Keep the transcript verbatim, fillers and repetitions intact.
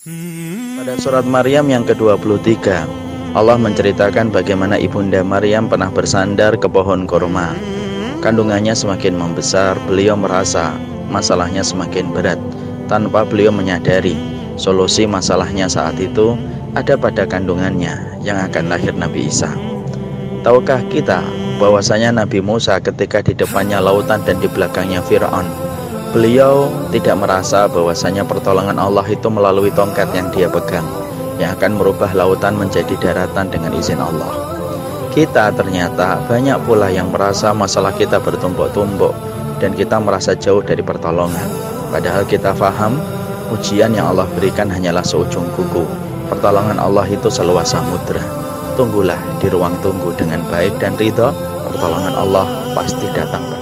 Pada surat Maryam yang kedua puluh tiga, Allah menceritakan bagaimana ibunda Maryam pernah bersandar ke pohon korma. Kandungannya semakin membesar, beliau merasa masalahnya semakin berat. Tanpa beliau menyadari, solusi masalahnya saat itu ada pada kandungannya yang akan lahir Nabi Isa. Tahukah kita bahwasanya Nabi Musa ketika di depannya lautan dan di belakangnya Fir'aun, beliau tidak merasa bahwasanya pertolongan Allah itu melalui tongkat yang dia pegang, yang akan merubah lautan menjadi daratan dengan izin Allah. Kita ternyata banyak pula yang merasa masalah kita bertumpuk-tumpuk dan kita merasa jauh dari pertolongan. Padahal kita faham ujian yang Allah berikan hanyalah seujung kuku. Pertolongan Allah itu seluas samudra. Tunggulah di ruang tunggu dengan baik dan ridho, pertolongan Allah pasti datang.